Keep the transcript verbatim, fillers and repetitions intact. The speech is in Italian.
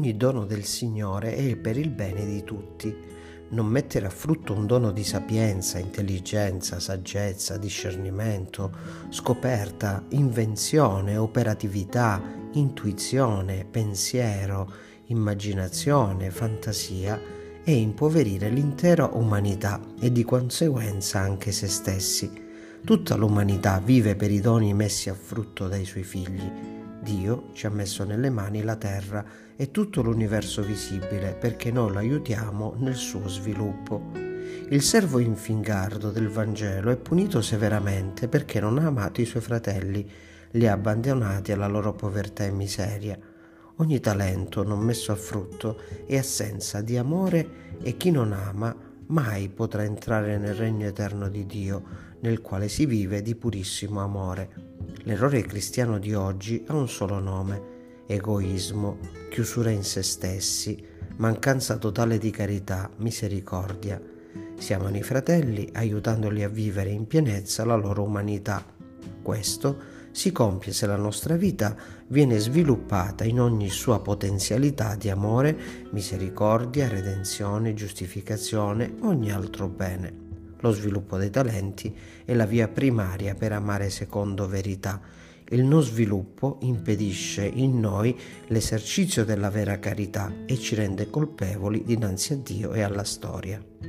ogni dono del Signore è per il bene di tutti. Non mettere a frutto un dono di sapienza, intelligenza, saggezza, discernimento, scoperta, invenzione, operatività, intuizione, pensiero, immaginazione, fantasia è impoverire l'intera umanità e di conseguenza anche se stessi. Tutta l'umanità vive per i doni messi a frutto dai suoi figli. Dio ci ha messo nelle mani la terra e tutto l'universo visibile perché noi lo aiutiamo nel suo sviluppo. Il servo infingardo del Vangelo è punito severamente perché non ha amato i suoi fratelli, li ha abbandonati alla loro povertà e miseria. Ogni talento non messo a frutto è assenza di amore e chi non ama mai potrà entrare nel regno eterno di Dio, nel quale si vive di purissimo amore. L'errore cristiano di oggi ha un solo nome: egoismo, chiusura in se stessi, mancanza totale di carità, misericordia. Si amano i fratelli aiutandoli a vivere in pienezza la loro umanità. Questo si compie se la nostra vita viene sviluppata in ogni sua potenzialità di amore, misericordia, redenzione, giustificazione, ogni altro bene. Lo sviluppo dei talenti è la via primaria per amare secondo verità. Il non sviluppo impedisce in noi l'esercizio della vera carità e ci rende colpevoli dinanzi a Dio e alla storia.